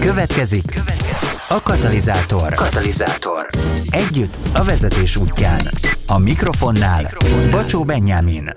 Következik a Katalizátor. Együtt a vezetés útján. A mikrofonnál Bacsó Benyámin.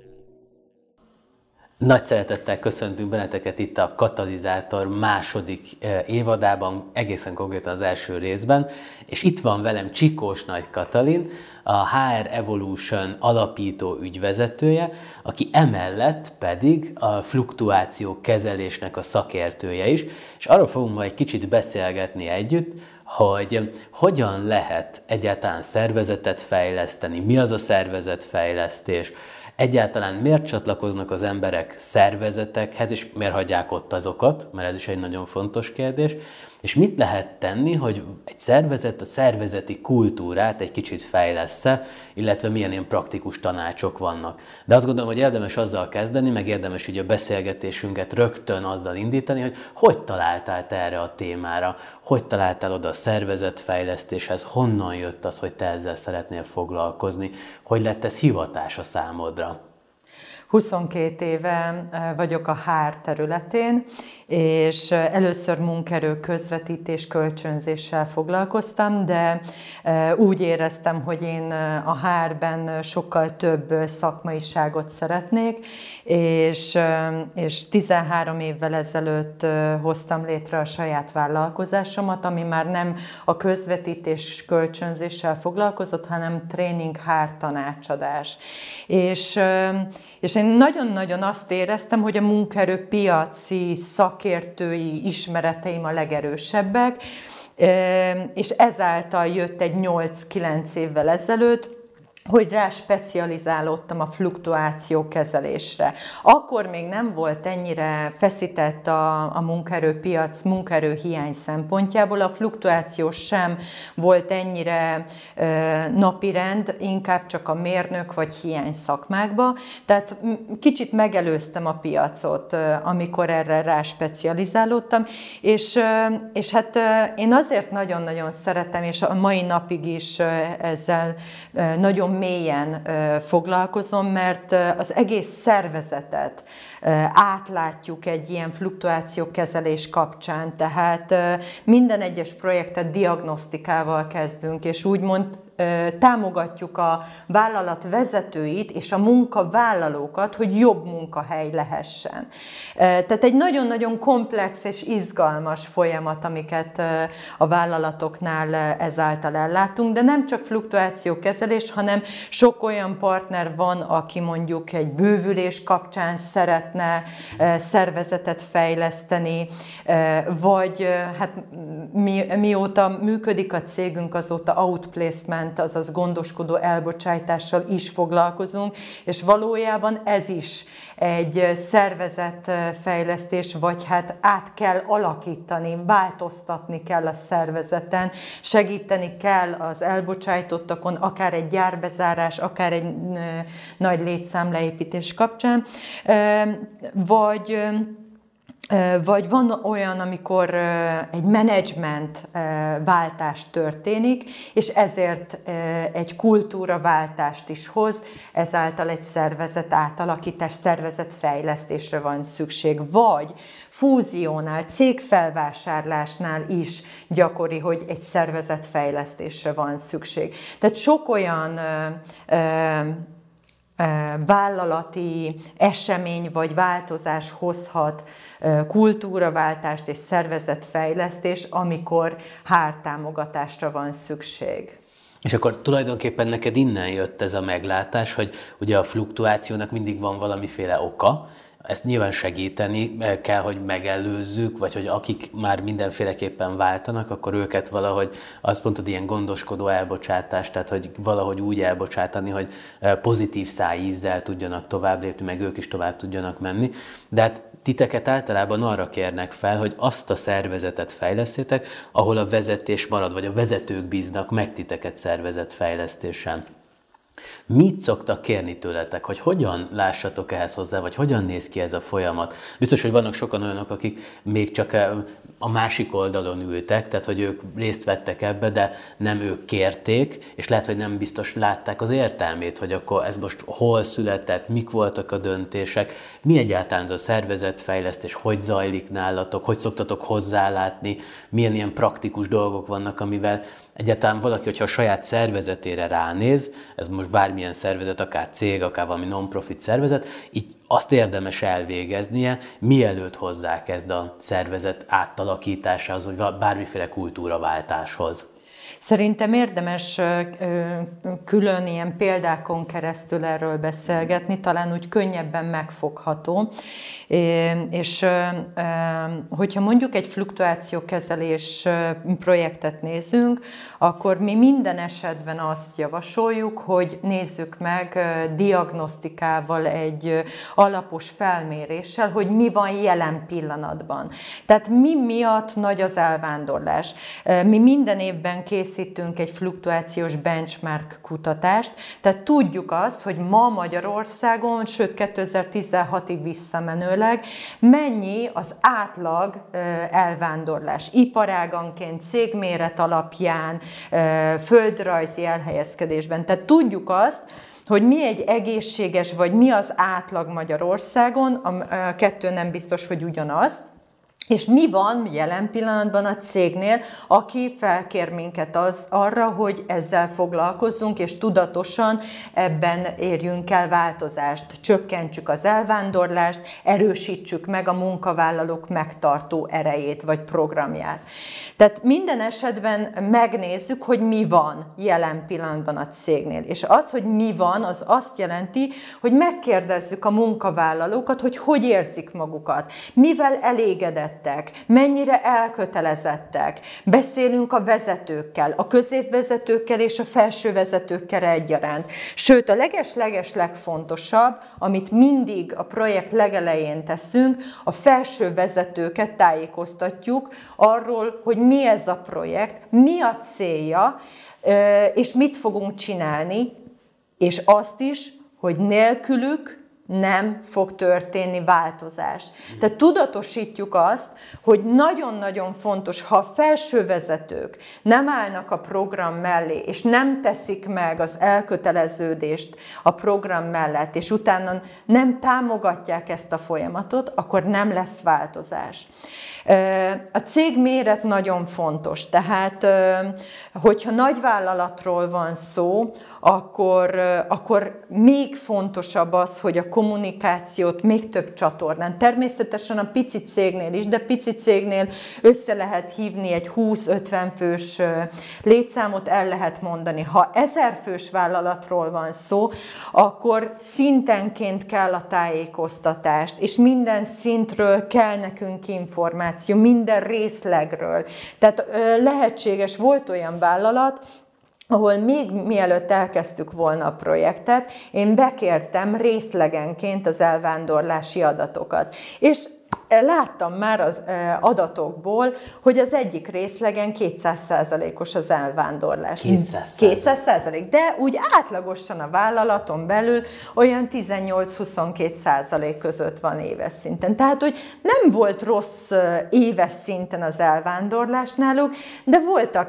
Nagy szeretettel köszöntünk benneteket itt a Katalizátor második évadában, egészen konkrétan az első részben, és itt van velem Csikós Nagy Katalin, a HR Evolution alapító ügyvezetője, aki emellett pedig a fluktuáció kezelésnek a szakértője is, és arról fogunk majd egy kicsit beszélgetni együtt, hogy hogyan lehet egyáltalán szervezetet fejleszteni, mi az a szervezetfejlesztés, egyáltalán miért csatlakoznak az emberek szervezetekhez, és miért hagyják ott azokat, mert ez is egy nagyon fontos kérdés, és mit lehet tenni, hogy egy szervezet a szervezeti kultúrát egy kicsit fejlessze, illetve milyen ilyen praktikus tanácsok vannak. De azt gondolom, hogy érdemes azzal kezdeni, meg érdemes így a beszélgetésünket rögtön azzal indítani, hogy találtál te erre a témára, hogy találtál oda a szervezetfejlesztéshez, honnan jött az, hogy te ezzel szeretnél foglalkozni, hogy lett ez hivatás a számodra? 22 éve vagyok a HR területén, és először munkaerő közvetítés, kölcsönzéssel foglalkoztam, de úgy éreztem, hogy én a HR-ben sokkal több szakmaiságot szeretnék, és 13 évvel ezelőtt hoztam létre a saját vállalkozásomat, ami már nem a közvetítés, kölcsönzéssel foglalkozott, hanem tréning, HR tanácsadás. És én nagyon-nagyon azt éreztem, hogy a munkaerőpiaci szakértői ismereteim a legerősebbek, és ezáltal jött egy 8-9 évvel ezelőtt, hogy rá specializálódtam a fluktuáció kezelésre. Akkor még nem volt ennyire feszített a munkaerőpiac, munkaerőhiány szempontjából, a fluktuáció sem volt ennyire napirend, inkább csak a mérnök vagy hiány szakmákba. Tehát kicsit megelőztem a piacot, amikor erre rá specializálódtam, és hát én azért nagyon-nagyon szeretem, és a mai napig is ezzel nagyon mélyen foglalkozom, mert az egész szervezetet átlátjuk egy ilyen fluktuációkezelés kapcsán, tehát minden egyes projektet diagnosztikával kezdünk, és úgymond támogatjuk a vállalat vezetőit és a munkavállalókat, hogy jobb munkahely lehessen. Tehát egy nagyon-nagyon komplex és izgalmas folyamat, amiket a vállalatoknál ezáltal ellátunk, de nem csak fluktuációkezelés, hanem sok olyan partner van, aki mondjuk egy bővülés kapcsán szeretne szervezetet fejleszteni, vagy hát mióta működik a cégünk, azóta outplacement, azaz gondoskodó elbocsájtással is foglalkozunk, és valójában ez is egy szervezetfejlesztés, vagy hát át kell alakítani, változtatni kell a szervezeten, segíteni kell az elbocsájtottakon, akár egy gyárbezárás, akár egy nagy létszámleépítés kapcsán, vagy van olyan, amikor egy menedzsment váltás történik, és ezért egy kultúraváltást is hoz, ezáltal egy szervezet átalakítás, szervezetfejlesztésre van szükség. Vagy fúziónál, cégfelvásárlásnál is gyakori, hogy egy szervezetfejlesztésre van szükség. Tehát sok olyan vállalati esemény vagy változás hozhat kultúraváltást és szervezetfejlesztés, amikor HR támogatásra van szükség. És akkor tulajdonképpen neked innen jött ez a meglátás, hogy ugye a fluktuációnak mindig van valamiféle oka, ezt nyilván segíteni kell, hogy megelőzzük, vagy hogy akik már mindenféleképpen váltanak, akkor őket valahogy, azt mondtad, ilyen gondoskodó elbocsátás, tehát hogy valahogy úgy elbocsátani, hogy pozitív szájízzel tudjanak tovább lépni, meg ők is tovább tudjanak menni. De hát titeket általában arra kérnek fel, hogy azt a szervezetet fejlesztétek, ahol a vezetés marad, vagy a vezetők bíznak meg titeket szervezetfejlesztésen. Mit szoktak kérni tőletek, hogy hogyan lássatok ehhez hozzá, vagy hogyan néz ki ez a folyamat? Biztos, hogy vannak sokan olyanok, akik még csak a másik oldalon ültek, tehát hogy ők részt vettek ebbe, de nem ők kérték, és lehet, hogy nem biztos látták az értelmét, hogy akkor ez most hol született, mik voltak a döntések, mi egyáltalán ez a szervezetfejlesztés, hogy zajlik nálatok, hogy szoktatok hozzálátni, milyen ilyen praktikus dolgok vannak, amivel egyáltalán valaki, hogyha a saját szervezetére ránéz, ez most bármilyen szervezet, akár cég, akár valami non-profit szervezet, így azt érdemes elvégeznie, mielőtt hozzákezd a szervezet átalakításához, vagy bármiféle kultúraváltáshoz. Szerintem érdemes külön ilyen példákon keresztül erről beszélgetni, talán úgy könnyebben megfogható. És hogyha mondjuk egy fluktuációkezelés projektet nézünk, akkor mi minden esetben azt javasoljuk, hogy nézzük meg diagnosztikával, egy alapos felméréssel, hogy mi van jelen pillanatban. Tehát mi miatt nagy az elvándorlás. Mi minden évben készítünk egy fluktuációs benchmark kutatást, tehát tudjuk azt, hogy ma Magyarországon, sőt 2016-ig visszamenőleg mennyi az átlag elvándorlás. Iparáganként, cégméret alapján, földrajzi elhelyezkedésben. Tehát tudjuk azt, hogy mi egy egészséges, vagy mi az átlag Magyarországon, a kettő nem biztos, hogy ugyanaz, és mi van jelen pillanatban a cégnél, aki felkér minket arra, hogy ezzel foglalkozzunk, és tudatosan ebben érjünk el változást, csökkentsük az elvándorlást, erősítsük meg a munkavállalók megtartó erejét vagy programját. Tehát minden esetben megnézzük, hogy mi van jelen pillanatban a cégnél. És az, hogy mi van, az azt jelenti, hogy megkérdezzük a munkavállalókat, hogy hogy érzik magukat, mivel elégedettek, mennyire elkötelezettek. Beszélünk a vezetőkkel, a középvezetőkkel és a felső vezetőkkel egyaránt. Sőt, a leges legfontosabb, amit mindig a projekt legelején teszünk, a felső vezetőket tájékoztatjuk arról, hogy mi ez a projekt, mi a célja, és mit fogunk csinálni, és azt is, hogy nélkülük nem fog történni változás. Tehát tudatosítjuk azt, hogy nagyon-nagyon fontos, ha a felső vezetők nem állnak a program mellé, és nem teszik meg az elköteleződést a program mellett, és utána nem támogatják ezt a folyamatot, akkor nem lesz változás. A cég méret nagyon fontos, tehát hogyha nagyvállalatról van szó, akkor még fontosabb az, hogy a kommunikációt még több csatornán, természetesen a pici cégnél is, de pici cégnél össze lehet hívni egy 20-50 fős létszámot, el lehet mondani. Ha 1000 fős vállalatról van szó, akkor szintenként kell a tájékoztatást, és minden szintről kell nekünk információ, minden részlegről. Tehát lehetséges, volt olyan vállalat, ahol még mielőtt elkezdtük volna a projektet, én bekértem részlegenként az elvándorlási adatokat. És láttam már az adatokból, hogy az egyik részlegen 200%-os az elvándorlás. 200%. De úgy átlagosan a vállalaton belül olyan 18-22% között van éves szinten. Tehát, hogy nem volt rossz éves szinten az elvándorlás náluk, de voltak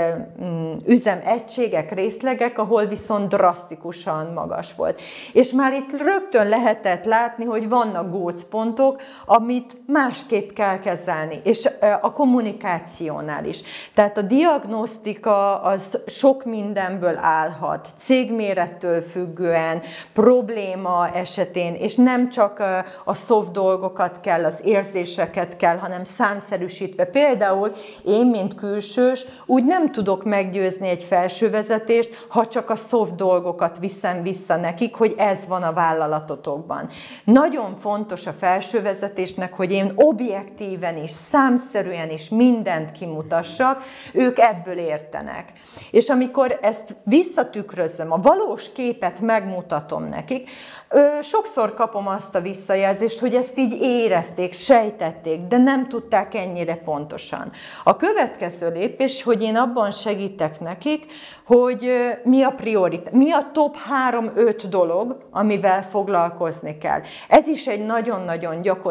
üzemegységek, részlegek, ahol viszont drasztikusan magas volt. És már itt rögtön lehetett látni, hogy vannak gócpontok, amit másképp kell kezelni, és a kommunikációnál is. Tehát a diagnosztika az sok mindenből állhat, cégmérettől függően, probléma esetén, és nem csak a soft dolgokat kell, az érzéseket kell, hanem számszerűsítve. Például én, mint külsős, úgy nem tudok meggyőzni egy felsővezetést, ha csak a soft dolgokat viszem vissza nekik, hogy ez van a vállalatotokban. Nagyon fontos a felsővezetésnek, hogy én objektíven is, számszerűen is mindent kimutassak, ők ebből értenek. És amikor ezt visszatükrözöm, a valós képet megmutatom nekik, sokszor kapom azt a visszajelzést, hogy ezt így érezték, sejtették, de nem tudták ennyire pontosan. A következő lépés, hogy én abban segítek nekik, hogy mi a prioritás, mi a top 3-5 dolog, amivel foglalkozni kell. Ez is egy nagyon-nagyon gyakori hiba,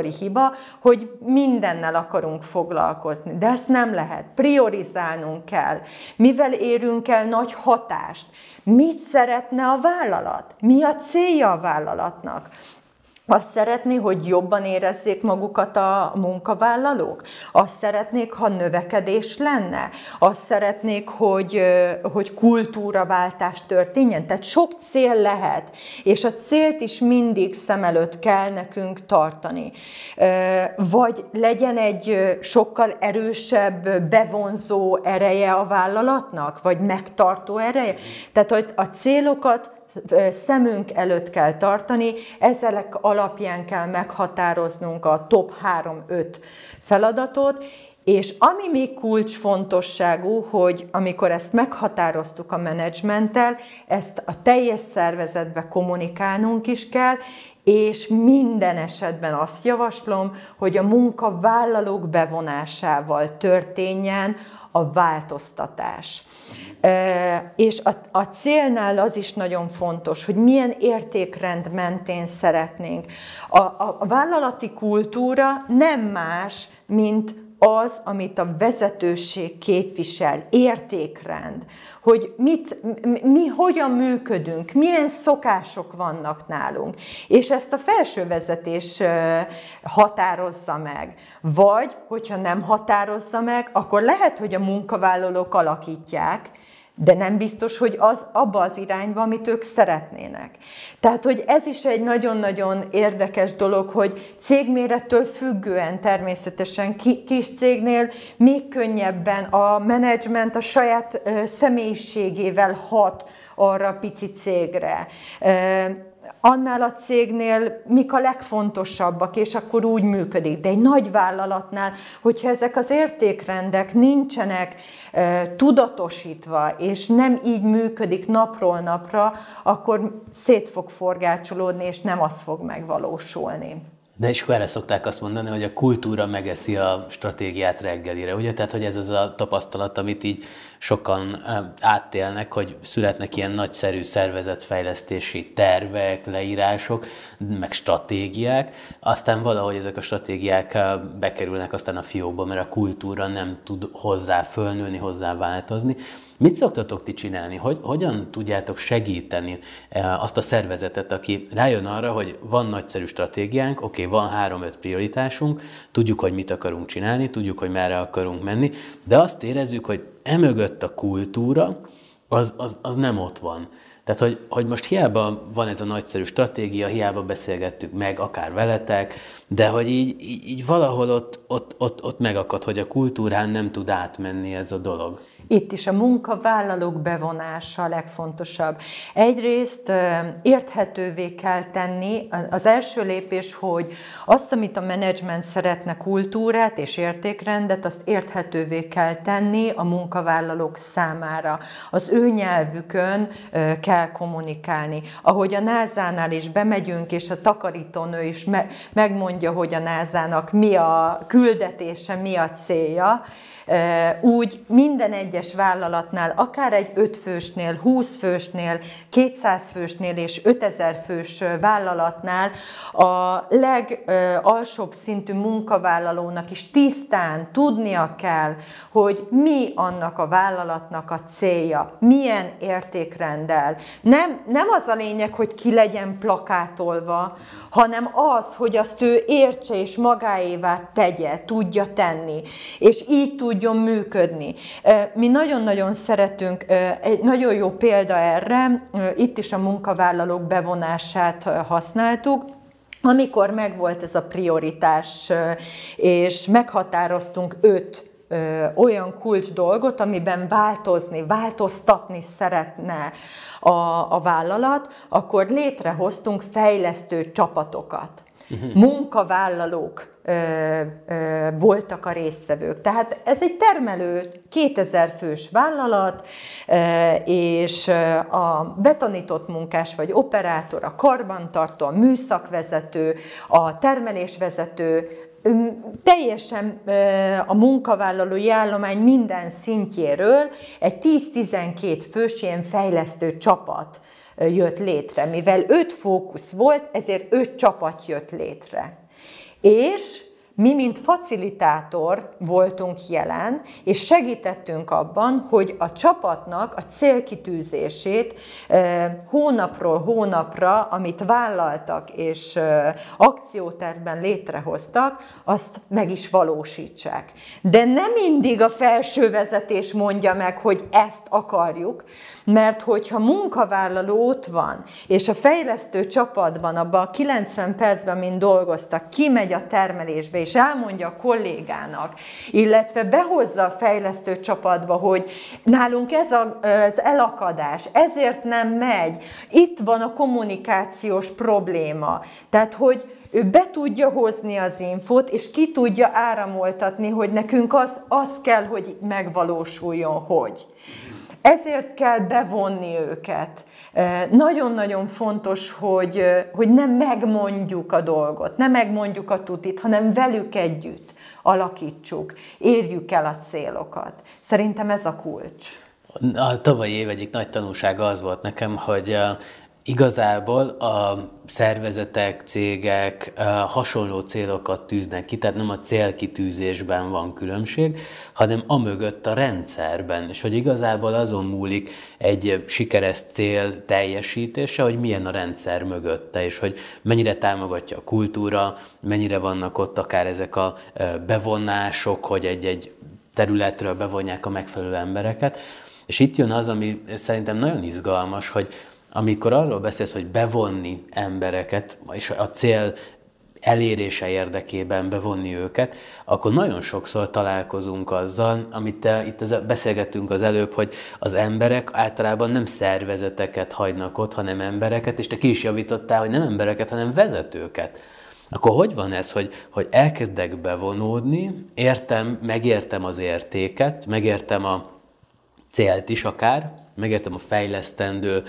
arra, hogy mindennel akarunk foglalkozni. De ezt nem lehet. Priorizálnunk kell. Mivel érünk el nagy hatást? Mit szeretne a vállalat? Mi a célja a vállalatnak? Azt szeretné, hogy jobban érezzék magukat a munkavállalók? Azt szeretnék, ha növekedés lenne? Azt szeretnék, hogy kultúraváltás történjen? Tehát sok cél lehet, és a célt is mindig szem előtt kell nekünk tartani. Vagy legyen egy sokkal erősebb bevonzó ereje a vállalatnak? Vagy megtartó ereje? Tehát, hogy a célokat szemünk előtt kell tartani, ezek alapján kell meghatároznunk a top 3-5 feladatot, és ami még kulcsfontosságú, hogy amikor ezt meghatároztuk a menedzsmenttel, ezt a teljes szervezetbe kommunikálnunk is kell, és minden esetben azt javaslom, hogy a munkavállalók bevonásával történjen a változtatás. És a célnál az is nagyon fontos, hogy milyen értékrend mentén szeretnénk. A vállalati kultúra nem más, mint az, amit a vezetőség képvisel, értékrend, hogy mi hogyan működünk, milyen szokások vannak nálunk, és ezt a felső vezetés határozza meg. Vagy, hogyha nem határozza meg, akkor lehet, hogy a munkavállalók alakítják, de nem biztos, hogy az abba az irányba, amit ők szeretnének. Tehát, hogy ez is egy nagyon-nagyon érdekes dolog, hogy cégmérettől függően természetesen kis cégnél még könnyebben a menedzsment a saját személyiségével hat arra a pici cégre. Annál a cégnél mik a legfontosabbak, és akkor úgy működik. De egy nagy vállalatnál, hogyha ezek az értékrendek nincsenek tudatosítva, és nem így működik napról napra, akkor szét fog forgácsolódni, és nem az fog megvalósulni. De és akkor erre szokták azt mondani, hogy a kultúra megeszi a stratégiát reggelire, ugye? Tehát, hogy ez az a tapasztalat, amit így sokan átélnek, hogy születnek ilyen nagyszerű szervezetfejlesztési tervek, leírások, meg stratégiák, aztán valahogy ezek a stratégiák bekerülnek aztán a fiókba, mert a kultúra nem tud hozzá fölnőni, hozzá változni. Mit szoktatok ti csinálni? Hogyan tudjátok segíteni azt a szervezetet, aki rájön arra, hogy van nagyszerű stratégiánk, oké, van 3-5 prioritásunk, tudjuk, hogy mit akarunk csinálni, tudjuk, hogy merre akarunk menni, de azt érezzük, hogy emögött a kultúra, az nem ott van. Tehát, hogy most hiába van ez a nagyszerű stratégia, hiába beszélgettük meg, akár veletek, de hogy így valahol ott megakad, hogy a kultúrán nem tud átmenni ez a dolog. Itt is a munkavállalók bevonása a legfontosabb. Egyrészt érthetővé kell tenni, az első lépés, hogy azt, amit a menedzsment szeretne, kultúrát és értékrendet, azt érthetővé kell tenni a munkavállalók számára. Az ő nyelvükön kell kommunikálni. Ahogy a NASA-nál is bemegyünk, és a takarítónő is megmondja, hogy a NASA-nak mi a küldetése, mi a célja, úgy minden egyes vállalatnál, akár egy 5 fősnél, 20 fősnél, 200 fősnél és 5000 fős vállalatnál a legalsóbb szintű munkavállalónak is tisztán tudnia kell, hogy mi annak a vállalatnak a célja, milyen értékrenddel. Nem az a lényeg, hogy ki legyen plakátolva, hanem az, hogy azt ő értse és magáévá tegye, tudja tenni, és így tudjon működni. Mi nagyon-nagyon szeretünk, egy nagyon jó példa erre, itt is a munkavállalók bevonását használtuk, amikor megvolt ez a prioritás, és meghatároztunk 5 olyan kulcs dolgot, amiben változtatni szeretne a vállalat, akkor létrehoztunk fejlesztő csapatokat. Munkavállalók voltak a résztvevők. Tehát ez egy termelő 2000 fős vállalat, és a betanított munkás vagy operátor, a karbantartó, a műszakvezető, a termelésvezető, teljesen a munkavállalói állomány minden szintjéről egy 10-12 fős ilyen fejlesztő csapat jött létre. Mivel 5 fókusz volt, ezért 5 csapat jött létre. És mi, mint facilitátor voltunk jelen, és segítettünk abban, hogy a csapatnak a célkitűzését hónapról hónapra, amit vállaltak és akciótervben létrehoztak, azt meg is valósítsák. De nem mindig a felső vezetés mondja meg, hogy ezt akarjuk, mert hogyha munkavállaló ott van, és a fejlesztő csapatban, abban a 90 percben, mint dolgoztak, kimegy a termelésbe, és elmondja a kollégának, illetve behozza a fejlesztő csapatba, hogy nálunk ez az elakadás, ezért nem megy, itt van a kommunikációs probléma. Tehát, hogy ő be tudja hozni az infót, és ki tudja áramoltatni, hogy nekünk az kell, hogy megvalósuljon, hogy. Ezért kell bevonni őket. Nagyon-nagyon fontos, hogy nem megmondjuk a dolgot, nem megmondjuk a tutit, hanem velük együtt alakítsuk, érjük el a célokat. Szerintem ez a kulcs. A tavalyi év egyik nagy tanulsága az volt nekem, hogy igazából a szervezetek, cégek hasonló célokat tűznek ki, tehát nem a célkitűzésben van különbség, hanem amögött a rendszerben, és hogy igazából azon múlik egy sikeres cél teljesítése, hogy milyen a rendszer mögötte, és hogy mennyire támogatja a kultúra, mennyire vannak ott akár ezek a bevonások, hogy egy területről bevonják a megfelelő embereket. És itt jön az, ami szerintem nagyon izgalmas, hogy amikor arról beszélsz, hogy bevonni embereket, és a cél elérése érdekében bevonni őket, akkor nagyon sokszor találkozunk azzal, amit itt beszélgettünk az előbb, hogy az emberek általában nem szervezeteket hagynak ott, hanem embereket, és te ki is javítottál, hogy nem embereket, hanem vezetőket. Akkor hogy van ez, hogy elkezdek bevonódni, megértem az értéket, megértem a célt is akár, megértem a fejlesztendő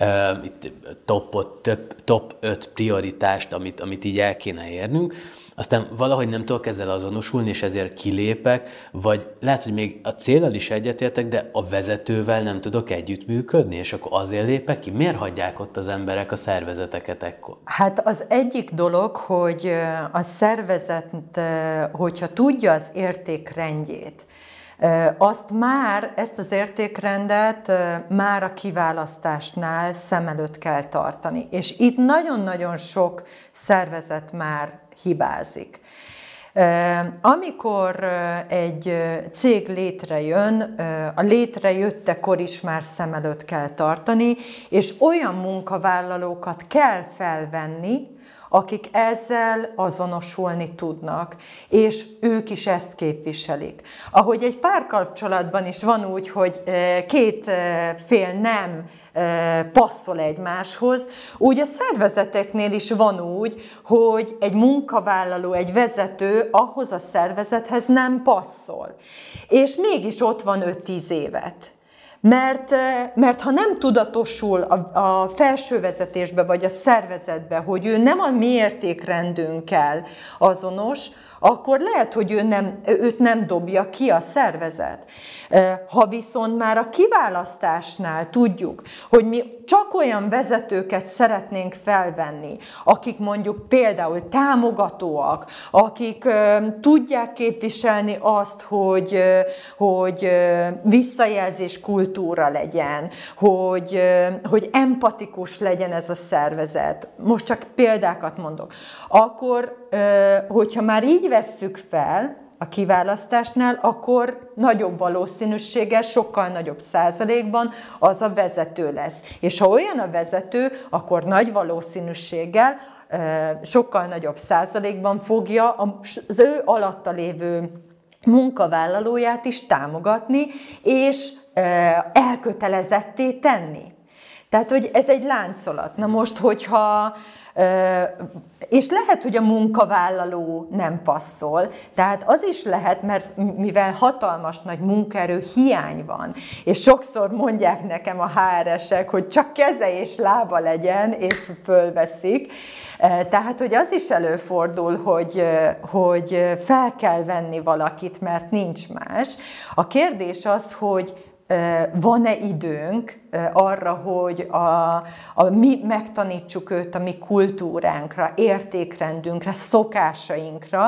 top 5 prioritást, amit így el kéne érnünk, aztán valahogy nem tudok ezzel azonosulni, és ezért kilépek, vagy lehet, hogy még a céllal is egyetértek, de a vezetővel nem tudok együttműködni, és akkor azért lépek ki? Miért hagyják ott az emberek a szervezeteket ekkor? Hát az egyik dolog, hogy a szervezet, hogyha tudja az értékrendjét, ezt az értékrendet már a kiválasztásnál szem előtt kell tartani. És itt nagyon-nagyon sok szervezet már hibázik. Amikor egy cég létrejön, a létrejöttekor is már szem előtt kell tartani, és olyan munkavállalókat kell felvenni, akik ezzel azonosulni tudnak, és ők is ezt képviselik. Ahogy egy párkapcsolatban is van úgy, hogy két fél nem passzol egymáshoz, úgy a szervezeteknél is van úgy, hogy egy munkavállaló, egy vezető ahhoz a szervezethez nem passzol. És mégis ott van 5-10 évet. Mert ha nem tudatosul a felső vezetésbe vagy a szervezetbe, hogy ő nem a mi értékrendünkkel azonos, akkor lehet, hogy őt nem dobja ki a szervezet. Ha viszont már a kiválasztásnál tudjuk, hogy mi csak olyan vezetőket szeretnénk felvenni, akik mondjuk például támogatóak, akik tudják képviselni azt, hogy visszajelzés kultúra legyen, hogy empatikus legyen ez a szervezet. Most csak példákat mondok. Akkor, hogyha már így vesszük fel a kiválasztásnál, akkor nagyobb valószínűséggel, sokkal nagyobb százalékban az a vezető lesz. És ha olyan a vezető, akkor nagy valószínűséggel, sokkal nagyobb százalékban fogja az ő alatta lévő munkavállalóját is támogatni, és elkötelezetté tenni. Tehát, hogy ez egy láncolat. Na most, és lehet, hogy a munkavállaló nem passzol, tehát az is lehet, mert mivel hatalmas nagy munkaerő hiány van, és sokszor mondják nekem a HR-esek, hogy csak keze és lába legyen, és fölveszik. Tehát, hogy az is előfordul, hogy fel kell venni valakit, mert nincs más. A kérdés az, hogy van-e időnk arra, hogy mi megtanítsuk őt a mi kultúránkra, értékrendünkre, szokásainkra,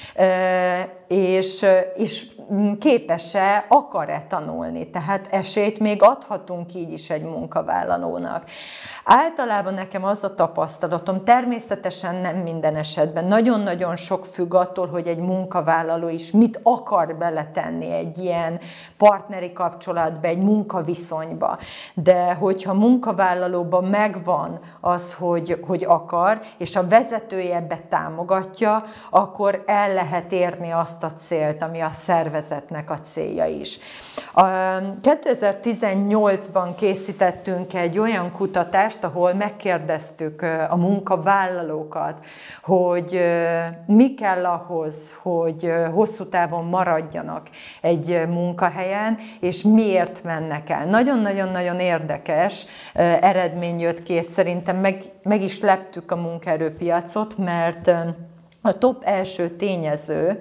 és képes-e, akar-e tanulni. Tehát esélyt még adhatunk így is egy munkavállalónak. Általában nekem az a tapasztalatom, természetesen nem minden esetben, nagyon-nagyon sok függ attól, hogy egy munkavállaló is mit akar beletenni egy ilyen partneri kapcsolatba, egy munkaviszonyba. De hogyha munkavállalóban megvan az, hogy akar, és a vezetője ebbe támogatja, akkor el lehet érni azt a célt, ami a szervezetnek a célja is. 2018-ban készítettünk egy olyan kutatást, ahol megkérdeztük a munkavállalókat, hogy mi kell ahhoz, hogy hosszú távon maradjanak egy munkahelyen, és miért mennek el. Nagyon-nagyon-nagyon érdekes eredmény jött ki, és szerintem meg is leptük a munkaerőpiacot, mert a top első tényező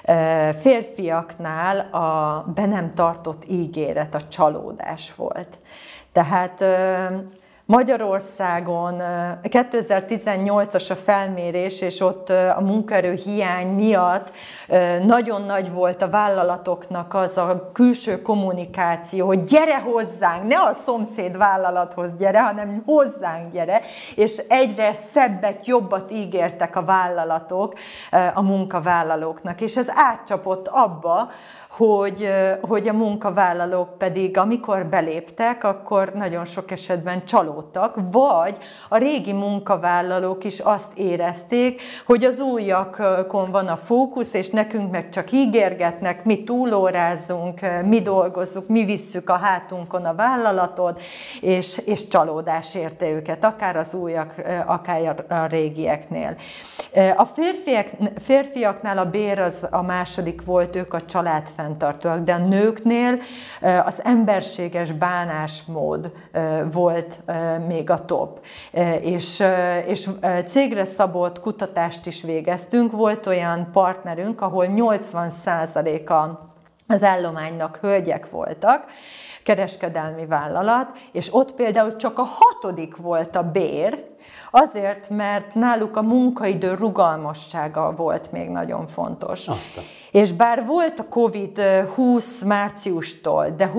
férfiaknál a be nem tartott ígéret, a csalódás volt. Tehát Magyarországon 2018-as a felmérés, és ott a munkaerő hiány miatt nagyon nagy volt a vállalatoknak az a külső kommunikáció, hogy gyere hozzánk, ne a szomszéd vállalathoz gyere, hanem hozzánk gyere, és egyre szebbet, jobbat ígértek a vállalatok a munkavállalóknak, és ez átcsapott abba, hogy a munkavállalók pedig, amikor beléptek, akkor nagyon sok esetben csalódtak, vagy a régi munkavállalók is azt érezték, hogy az újakon van a fókusz, és nekünk meg csak ígérgetnek, mi túlórázunk, mi dolgozzuk, mi visszük a hátunkon a vállalatot, és csalódás érte őket, akár az újak, akár a régieknél. A férfiaknál a bér az a második volt, ők a családfenntartóak, de a nőknél az emberséges bánásmód volt még a top. És cégre szabott kutatást is végeztünk, volt olyan partnerünk, ahol 80%-a az állománynak hölgyek voltak, kereskedelmi vállalat, és ott például csak a 6. volt a bér, azért, mert náluk a munkaidő rugalmassága volt még nagyon fontos. És bár volt a Covid 20 márciustól, de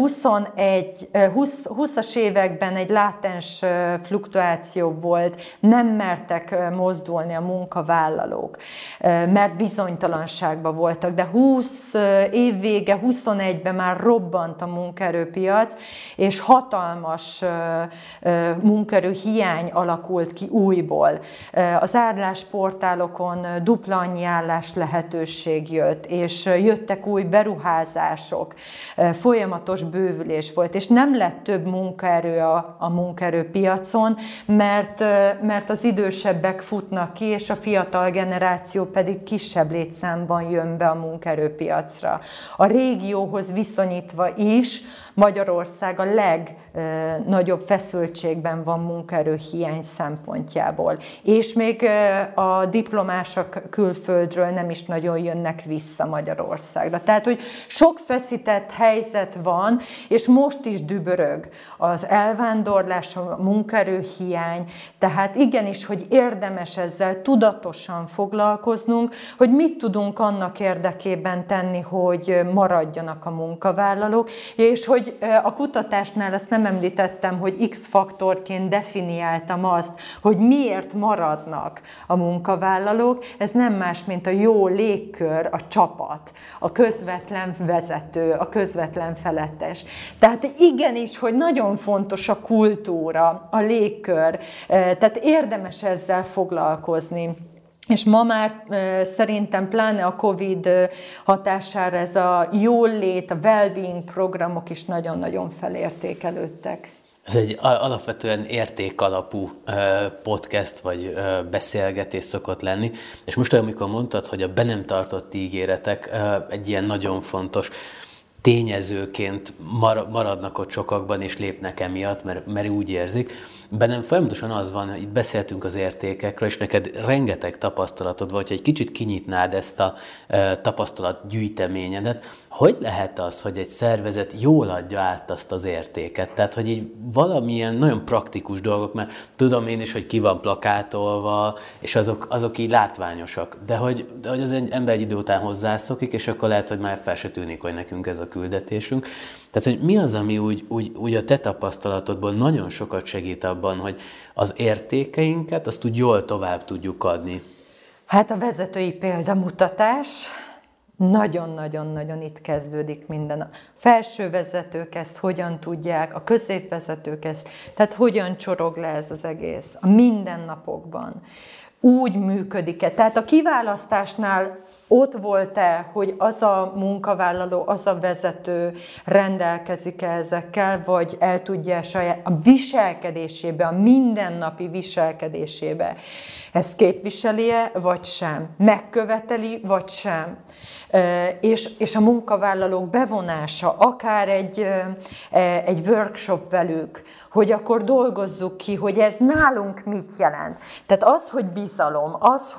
20-as években egy látens fluktuáció volt, nem mertek mozdulni a munkavállalók, mert bizonytalanságban voltak, de 20 év vége, 21-ben már robbant a munkaerőpiac, és hatalmas munkaerő hiány alakult ki újból. Az állásportálokon dupla annyi állás lehetőség jött, és jöttek új beruházások, folyamatos bővülés volt, és nem lett több munkaerő a munkaerőpiacon, mert az idősebbek futnak ki, és a fiatal generáció pedig kisebb létszámban jön be a munkaerőpiacra. A régióhoz viszonyítva is Magyarország a legnagyobb feszültségben van munkaerőhiány szempontjából. És még a diplomások külföldről nem is nagyon jönnek vissza Magyarországra. Tehát, hogy sok feszített helyzet van, és most is dübörög az elvándorlás, a munkaerőhiány. Tehát igenis, hogy érdemes ezzel tudatosan foglalkoznunk, hogy mit tudunk annak érdekében tenni, hogy maradjanak a munkavállalók, és hogy a kutatásnál azt nem említettem, hogy X-faktorként definiáltam azt, hogy miért maradnak a munkavállalók. Ez nem más, mint a jó légkör, a csapat, a közvetlen vezető, a közvetlen felettes. Tehát igenis, hogy nagyon fontos a kultúra, a légkör, tehát érdemes ezzel foglalkozni. És ma már szerintem pláne a Covid hatására ez a jólét, a well-being programok is nagyon-nagyon felértékelődtek. Ez egy alapvetően értékalapú podcast vagy beszélgetés szokott lenni, és most olyan, amikor mondtad, hogy a be nem tartott ígéretek egy ilyen nagyon fontos. tényezőként maradnak ott sokakban, és lépnek emiatt, mert úgy érzik. Bennem folyamatosan az van, hogy itt beszéltünk az értékekről, és neked rengeteg tapasztalatod volt, hogy egy kicsit kinyitnád ezt a tapasztalatgyűjteményedet. Hogy lehet az, hogy egy szervezet jól adja át azt az értéket? Tehát, hogy így valamilyen nagyon praktikus dolgok, mert tudom én is, hogy ki van plakátolva, és azok így látványosak. De hogy az ember egy idő után hozzászokik, és akkor lehet, hogy már fel se tűnik, hogy nekünk ez a küldetésünk. Tehát, hogy mi az, ami úgy a te tapasztalatodból nagyon sokat segít abban, hogy az értékeinket azt úgy jól tovább tudjuk adni? Hát a vezetői példamutatás, nagyon-nagyon-nagyon itt kezdődik minden. A felső vezetők ezt hogyan tudják, a középvezetők ezt, tehát hogyan csorog le ez az egész a mindennapokban. Úgy működik-e? Tehát a kiválasztásnál ott volt-e, hogy az a munkavállaló, az a vezető rendelkezik-e ezekkel, vagy el tudja a viselkedésébe, a mindennapi viselkedésébe ezt képviseli-e, vagy sem? Megköveteli, vagy sem? És a munkavállalók bevonása, akár egy workshop velük, hogy akkor dolgozzuk ki, hogy ez nálunk mit jelent. Tehát az, hogy bizalom,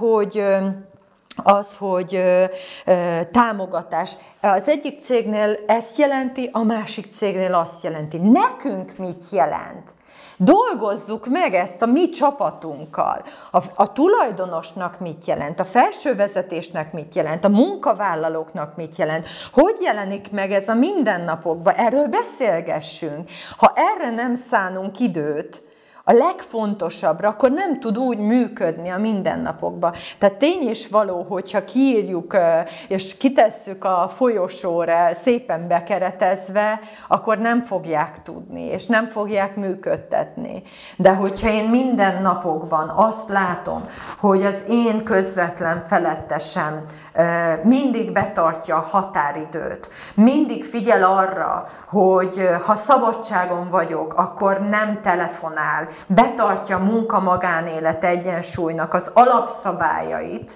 az, hogy támogatás. Az egyik cégnél ezt jelenti, a másik cégnél azt jelenti. Nekünk mit jelent? Dolgozzuk meg ezt a mi csapatunkkal. A tulajdonosnak mit jelent, a felsővezetésnek mit jelent, a munkavállalóknak mit jelent, hogy jelenik meg ez a mindennapokban, erről beszélgessünk. Ha erre nem szánunk időt, a legfontosabbra, akkor nem tud úgy működni a mindennapokban. Tehát tény és való, hogyha kiírjuk és kitesszük a folyosóra szépen bekeretezve, akkor nem fogják tudni, és nem fogják működtetni. De hogyha én mindennapokban azt látom, hogy az én közvetlen felettesem mindig betartja a határidőt, mindig figyel arra, hogy ha szabadságon vagyok, akkor nem telefonál, betartja a munka-magánélet egyensúlynak az alapszabályait,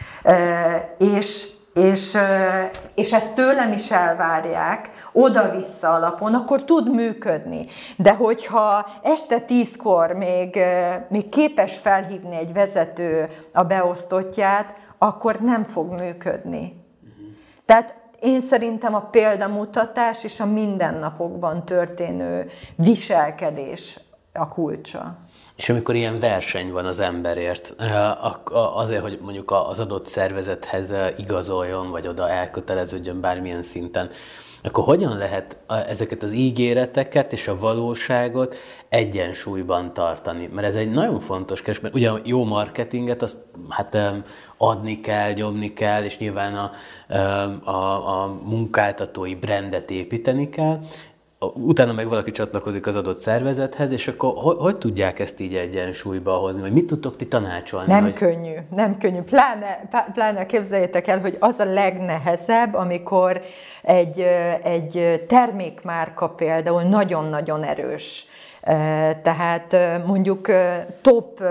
és ezt tőlem is elvárják, oda-vissza alapon, akkor tud működni. De hogyha este 10-kor még képes felhívni egy vezető a beosztottját, akkor nem fog működni. Tehát én szerintem a példamutatás és a mindennapokban történő viselkedés a kulcsa. És amikor ilyen verseny van az emberért, azért, hogy mondjuk az adott szervezethez igazoljon, vagy oda elköteleződjön bármilyen szinten, akkor hogyan lehet ezeket az ígéreteket és a valóságot egyensúlyban tartani? Mert ez egy nagyon fontos kérdés, mert ugye jó marketinget azt adni kell, nyomni kell, és nyilván a munkáltatói brandet építeni kell, utána meg valaki csatlakozik az adott szervezethez, és akkor hogy tudják ezt így egyensúlyba hozni? Vagy mit tudtok ti tanácsolni? Nem könnyű. Pláne képzeljétek el, hogy az a legnehezebb, amikor egy termékmárka például nagyon-nagyon erős. Tehát mondjuk top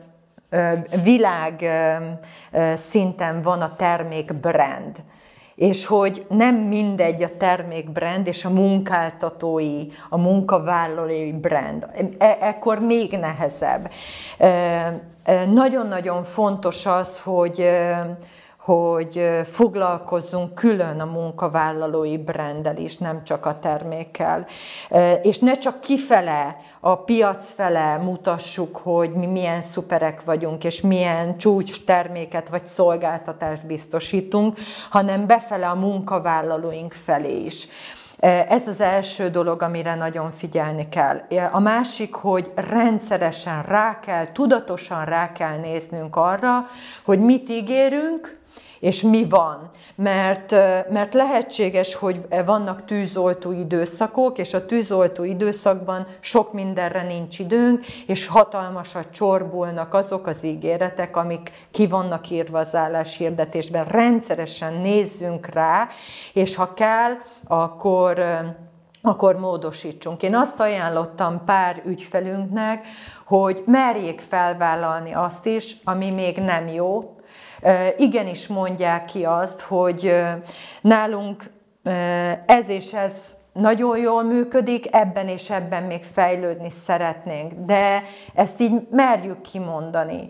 világ szinten van a termékbrand, és hogy nem mindegy a termékbrand és a munkáltatói, a munkavállalói brand. Ekkor még nehezebb. Nagyon-nagyon fontos az, hogy foglalkozzunk külön a munkavállalói branddel is, nem csak a termékkel. És ne csak kifele, a piac fele mutassuk, hogy mi milyen szuperek vagyunk, és milyen csúcs terméket vagy szolgáltatást biztosítunk, hanem befele a munkavállalóink felé is. Ez az első dolog, amire nagyon figyelni kell. A másik, hogy rendszeresen tudatosan rá kell néznünk arra, hogy mit ígérünk, és mi van. Mert lehetséges, hogy vannak tűzoltó időszakok, és a tűzoltó időszakban sok mindenre nincs időnk, és hatalmasat csorbulnak azok az ígéretek, amik ki vannak írva az álláshirdetésben. Rendszeresen nézzünk rá, és ha kell, akkor módosítsunk. Én azt ajánlottam pár ügyfelünknek, hogy merjék felvállalni azt is, ami még nem jó. Igenis mondják ki azt, hogy nálunk ez és ez nagyon jól működik, ebben és ebben még fejlődni szeretnénk, de ezt így merjük kimondani.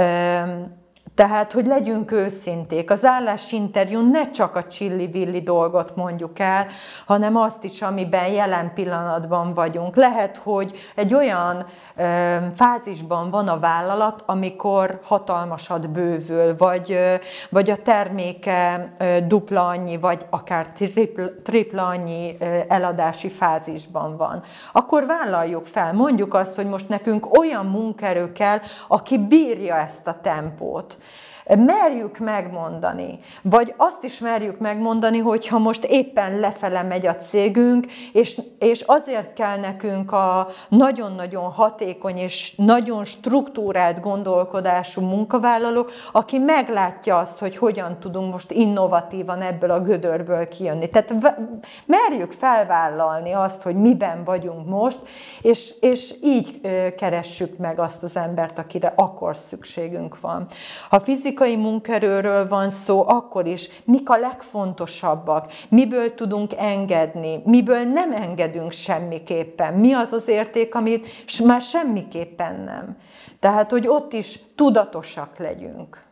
Tehát, hogy legyünk őszinték. Az állásinterjún ne csak a csilli-villi dolgot mondjuk el, hanem azt is, amiben jelen pillanatban vagyunk. Lehet, hogy egy olyan fázisban van a vállalat, amikor hatalmasat bővül, vagy a terméke dupla annyi, vagy akár tripla annyi eladási fázisban van. Akkor vállaljuk fel, mondjuk azt, hogy most nekünk olyan munkaerő kell, aki bírja ezt a tempót. Merjük megmondani, vagy azt is merjük megmondani, hogyha most éppen lefele megy a cégünk, és azért kell nekünk a nagyon-nagyon hatékony és nagyon struktúrált gondolkodású munkavállalók, aki meglátja azt, hogy hogyan tudunk most innovatívan ebből a gödörből kijönni. Tehát merjük felvállalni azt, hogy miben vagyunk most, és így keressük meg azt az embert, akire akkor szükségünk van. Ha fizikai munkaerőről van szó, akkor is mik a legfontosabbak, miből tudunk engedni, miből nem engedünk semmiképpen, mi az az érték, amit már semmiképpen nem. Tehát, hogy ott is tudatosak legyünk.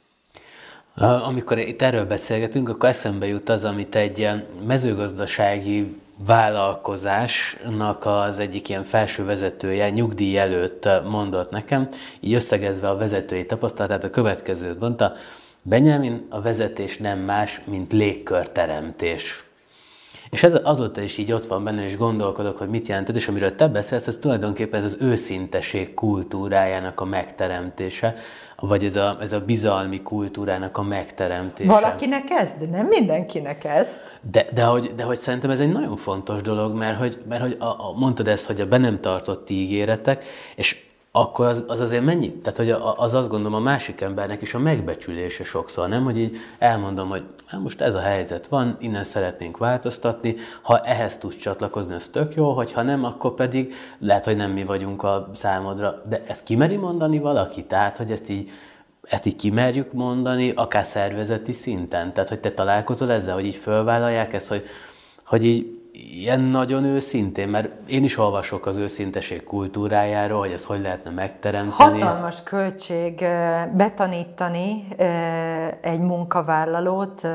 Amikor itt erről beszélgetünk, akkor eszembe jut az, amit egy ilyen mezőgazdasági vállalkozásnak az egyik ilyen felső vezetője nyugdíj előtt mondott nekem, így összegezve a vezetői tapasztalatát, a következőt mondta: Benjamin, a vezetés nem más, mint légkörteremtés. És ez azóta is így ott van benne, és gondolkodok, hogy mit jelent ez, és amiről te beszélsz, ez tulajdonképpen ez az őszinteség kultúrájának a megteremtése, vagy ez a bizalmi kultúrának a megteremtése. Valakinek ez, de nem mindenkinek ezt. De hogy szerintem ez egy nagyon fontos dolog, mert hogy mondtad ezt, hogy a be nem tartott ígéretek, és akkor az azért mennyi? Tehát, hogy az azt gondolom a másik embernek is a megbecsülése sokszor, nem? Hogy így elmondom, hogy most ez a helyzet van, innen szeretnénk változtatni, ha ehhez tudsz csatlakozni, az tök jó, hogyha nem, akkor pedig lehet, hogy nem mi vagyunk a számodra. De ezt kimeri mondani valaki? Tehát, hogy ezt így kimerjük mondani, akár szervezeti szinten? Tehát, hogy te találkozol ezzel, hogy így fölvállalják ezt, hogy így ilyen nagyon őszintén, mert én is olvasok az őszinteség kultúrájáról, hogy ezt hogy lehetne megteremteni. Hatalmas költség betanítani egy munkavállalót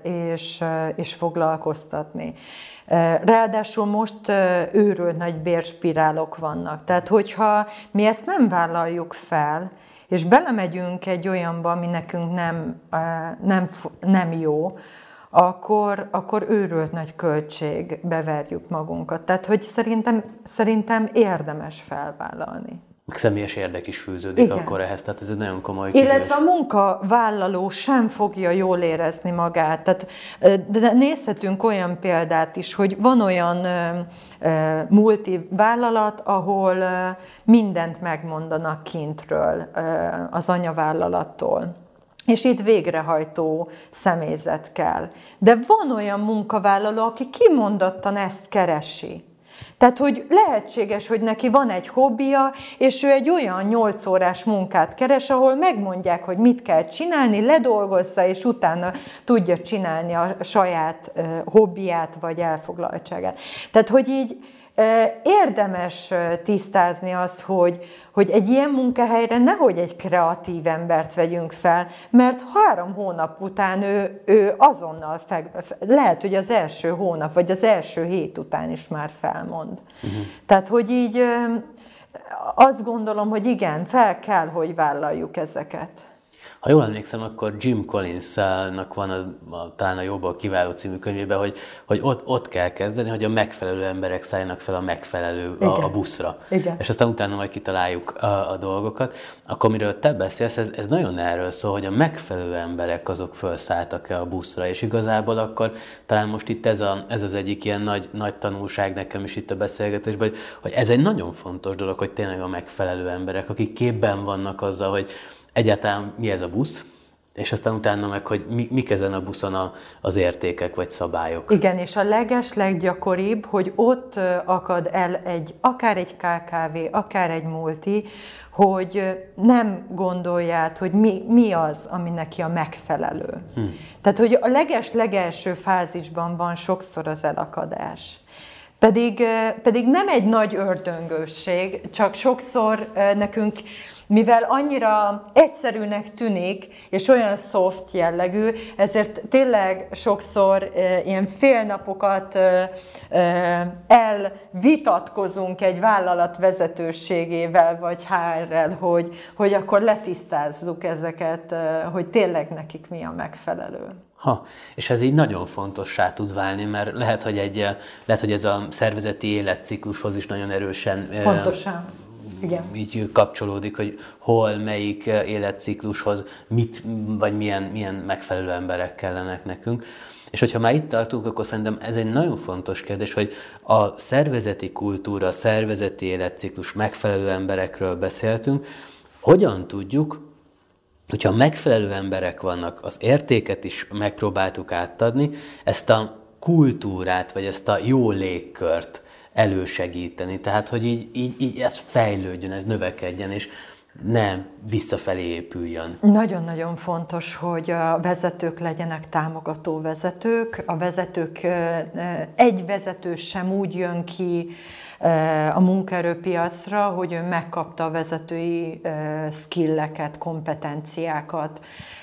és foglalkoztatni. Ráadásul most őrült nagy bérspirálok vannak. Tehát, hogyha mi ezt nem vállaljuk fel, és belemegyünk egy olyanba, ami nekünk nem jó, akkor őrült nagy költség beverjük magunkat. Tehát, hogy szerintem érdemes felvállalni. Meg személyes érdek is fűződik. Igen. Akkor ehhez, tehát ez egy nagyon komoly kérdés. Illetve a munkavállaló sem fogja jól érezni magát. Tehát, de nézhetünk olyan példát is, hogy van olyan multivállalat, ahol mindent megmondanak kintről az anyavállalattól. És itt végrehajtó személyzet kell. De van olyan munkavállaló, aki kimondottan ezt keresi. Tehát, hogy lehetséges, hogy neki van egy hobbija, és ő egy olyan 8 órás munkát keres, ahol megmondják, hogy mit kell csinálni, ledolgozza, és utána tudja csinálni a saját hobbiját, vagy elfoglaltságát. Tehát, hogy így érdemes tisztázni azt, hogy egy ilyen munkahelyre nehogy egy kreatív embert vegyünk fel, mert 3 hónap után ő azonnal lehet, hogy az első hónap, vagy az első hét után is már felmond. Tehát, hogy így azt gondolom, hogy igen, fel kell, hogy vállaljuk ezeket. Ha jól emlékszem, akkor Jim Collinsnak van talán a Jóból kiváló című könyvében, hogy ott kell kezdeni, hogy a megfelelő emberek szálljanak fel a megfelelő a buszra. Igen. És aztán utána majd kitaláljuk a dolgokat. Akkor miről te beszélsz, ez nagyon erről szól, hogy a megfelelő emberek azok felszálltak-e a buszra, és igazából akkor talán most itt ez az egyik ilyen nagy tanulság nekem is itt a beszélgetésben, hogy ez egy nagyon fontos dolog, hogy tényleg a megfelelő emberek, akik képben vannak azzal, hogy egyáltalán mi ez a busz, És aztán utána meg, hogy mik ezen a buszon az értékek vagy szabályok. Igen, és a legesleggyakoribb, hogy ott akad el akár egy KKV, akár egy multi, hogy nem gondolját, hogy mi az, ami neki a megfelelő. Tehát, hogy a legelső fázisban van sokszor az elakadás. Pedig nem egy nagy ördöngősség, csak sokszor nekünk, mivel annyira egyszerűnek tűnik, és olyan soft jellegű, ezért tényleg sokszor ilyen félnapokat elvitatkozunk egy vállalat vezetőségével, vagy HR-rel, hogy akkor letisztázzuk ezeket, hogy tényleg nekik mi a megfelelő. És ez így nagyon fontossá tud válni, mert lehet, hogy ez a szervezeti életciklushoz is nagyon erősen pontosan. Igen. Így kapcsolódik, hogy hol, melyik életciklushoz vagy milyen megfelelő emberek kellenek nekünk. És hogyha már itt tartunk, akkor szerintem ez egy nagyon fontos kérdés, hogy a szervezeti kultúra, a szervezeti életciklus megfelelő emberekről beszéltünk, hogyan tudjuk, hogyha megfelelő emberek vannak, az értéket is megpróbáltuk átadni, ezt a kultúrát, vagy ezt a jó légkört elősegíteni. Tehát, hogy így ez fejlődjön, ez növekedjen, és nem visszafelé épüljön. Nagyon-nagyon fontos, hogy a vezetők legyenek támogató vezetők. A vezetők, egy vezető sem úgy jön ki a munkaerőpiacra, hogy ő megkapta a vezetői skilleket, kompetenciákat.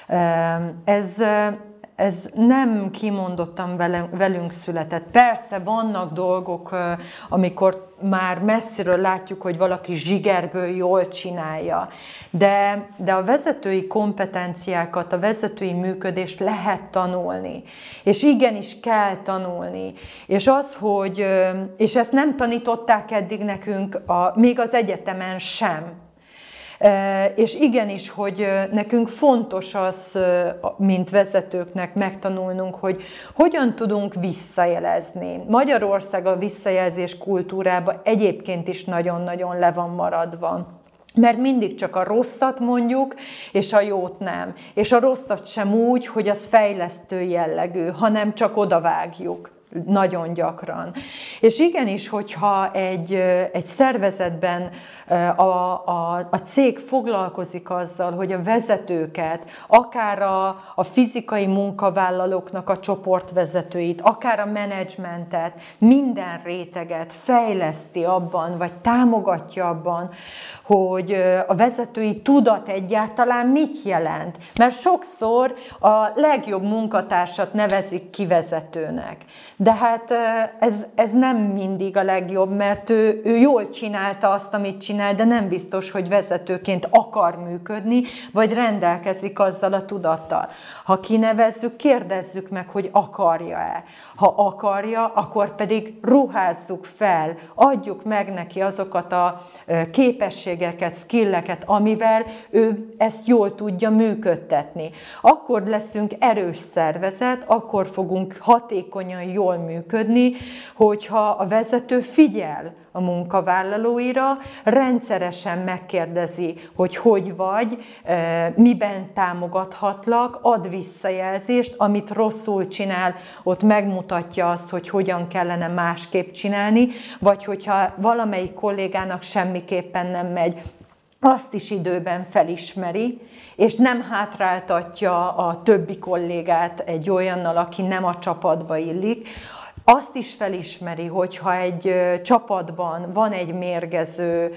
Ez nem kimondottan velünk született. Persze vannak dolgok, amikor már messziről látjuk, hogy valaki zsigerből jól csinálja, de a vezetői kompetenciákat, a vezetői működést lehet tanulni, és igenis kell tanulni. És ezt nem tanították eddig nekünk, még az egyetemen sem. És igenis, hogy nekünk fontos az, mint vezetőknek megtanulnunk, hogy hogyan tudunk visszajelezni. Magyarország a visszajelzés kultúrában egyébként is nagyon-nagyon le van maradva. Mert mindig csak a rosszat mondjuk, és a jót nem. És a rosszat sem úgy, hogy az fejlesztő jellegű, hanem csak odavágjuk. Nagyon gyakran. És igenis, hogyha egy szervezetben a cég foglalkozik azzal, hogy a vezetőket, akár a fizikai munkavállalóknak a csoportvezetőit, akár a menedzsmentet, minden réteget fejleszti abban, vagy támogatja abban, hogy a vezetői tudat egyáltalán mit jelent. Mert sokszor a legjobb munkatársat nevezik kivezetőnek. De hát ez nem mindig a legjobb, mert ő jól csinálta azt, amit csinál, de nem biztos, hogy vezetőként akar működni, vagy rendelkezik azzal a tudattal. Ha kinevezzük, kérdezzük meg, hogy akarja-e. Ha akarja, akkor pedig ruházzuk fel, adjuk meg neki azokat a képességeket, skilleket, amivel ő ezt jól tudja működtetni. Akkor leszünk erős szervezet, akkor fogunk hatékonyan jól működni, hogyha a vezető figyel a munkavállalóira, rendszeresen megkérdezi, hogy vagy, miben támogathatlak, ad visszajelzést, amit rosszul csinál, ott megmutatja azt, hogy hogyan kellene másképp csinálni, vagy hogyha valamelyik kollégának semmiképpen nem megy, azt is időben felismeri, és nem hátráltatja a többi kollégát egy olyannal, aki nem a csapatba illik. Azt is felismeri, hogyha egy csapatban van egy mérgező,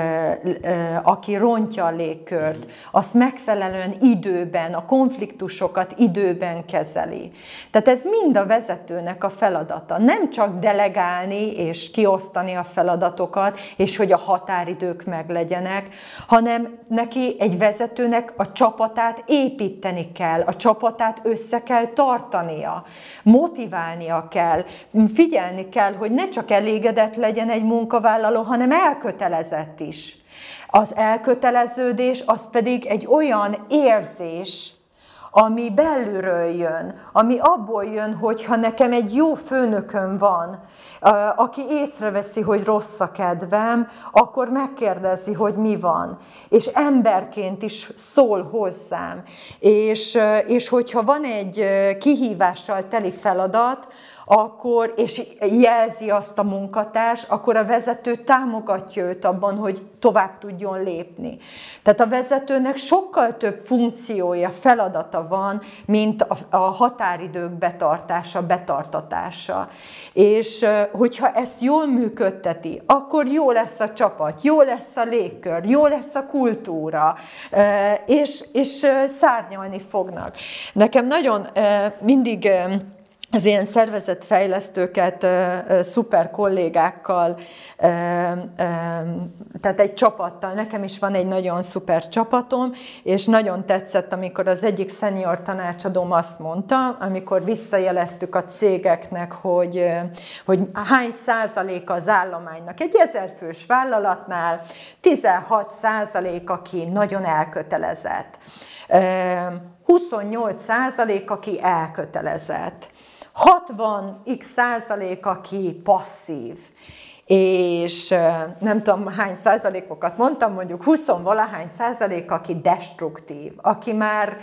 aki rontja a légkört, azt megfelelően időben, a konfliktusokat időben kezeli. Tehát ez mind a vezetőnek a feladata. Nem csak delegálni és kiosztani a feladatokat, és hogy a határidők meglegyenek, hanem neki, egy vezetőnek a csapatát építeni kell, a csapatát össze kell tartania, motiválnia kell, figyelni kell, hogy ne csak elégedett legyen egy munkavállaló, hanem elkötelezett is. Az elköteleződés az pedig egy olyan érzés, ami belülről jön, ami abból jön, hogyha nekem egy jó főnököm van, aki észreveszi, hogy rossz a kedvem, akkor megkérdezi, hogy mi van. És emberként is szól hozzám. És hogyha van egy kihívással teli feladat, akkor, és jelzi azt a munkatárs, akkor a vezető támogatja őt abban, hogy tovább tudjon lépni. Tehát a vezetőnek sokkal több funkciója, feladata van, mint a határidők betartatása. És hogyha ezt jól működteti, akkor jó lesz a csapat, jó lesz a légkör, jó lesz a kultúra, és szárnyalni fognak. Nekem nagyon mindig az ilyen szervezetfejlesztőket, szuper kollégákkal, tehát egy csapattal, nekem is van egy nagyon szuper csapatom, és nagyon tetszett, amikor az egyik senior tanácsadóm azt mondta, amikor visszajeleztük a cégeknek, hogy hány százaléka az állománynak egy 1000 fős vállalatnál, 16%, aki nagyon elkötelezett, 28%, aki elkötelezett, 60% aki passzív, és nem tudom hány százalékokat mondtam, mondjuk 20-valahány százalék, aki destruktív, aki már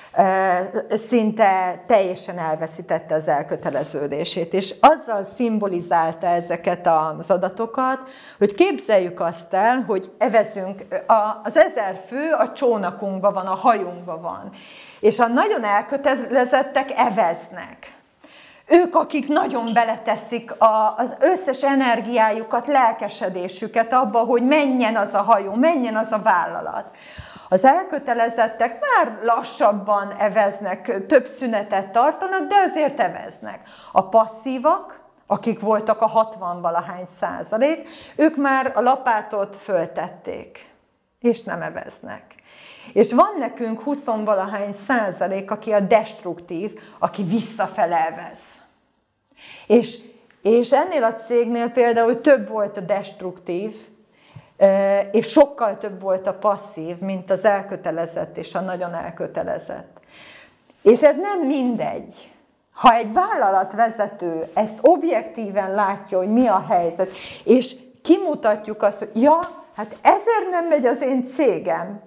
szinte teljesen elveszítette az elköteleződését, és azzal szimbolizálta ezeket az adatokat, hogy képzeljük azt el, hogy evezünk, az 1000 fő a csónakunkban van, a hajunkban van, és a nagyon elkötelezettek eveznek. Ők, akik nagyon beleteszik az összes energiájukat, lelkesedésüket abba, hogy menjen az a hajó, menjen az a vállalat. Az elkötelezettek már lassabban eveznek, több szünetet tartanak, de azért eveznek. A passzívak, akik voltak a 60-valahány százalék, ők már a lapátot föltették, és nem eveznek. És van nekünk 20-valahány százalék, aki a destruktív, aki visszafele evez. És ennél a cégnél például több volt a destruktív, és sokkal több volt a passzív, mint az elkötelezett és a nagyon elkötelezett. És ez nem mindegy. Ha egy vállalatvezető ezt objektíven látja, hogy mi a helyzet, és kimutatjuk azt, hogy ja, hát ezért nem megy az én cégem.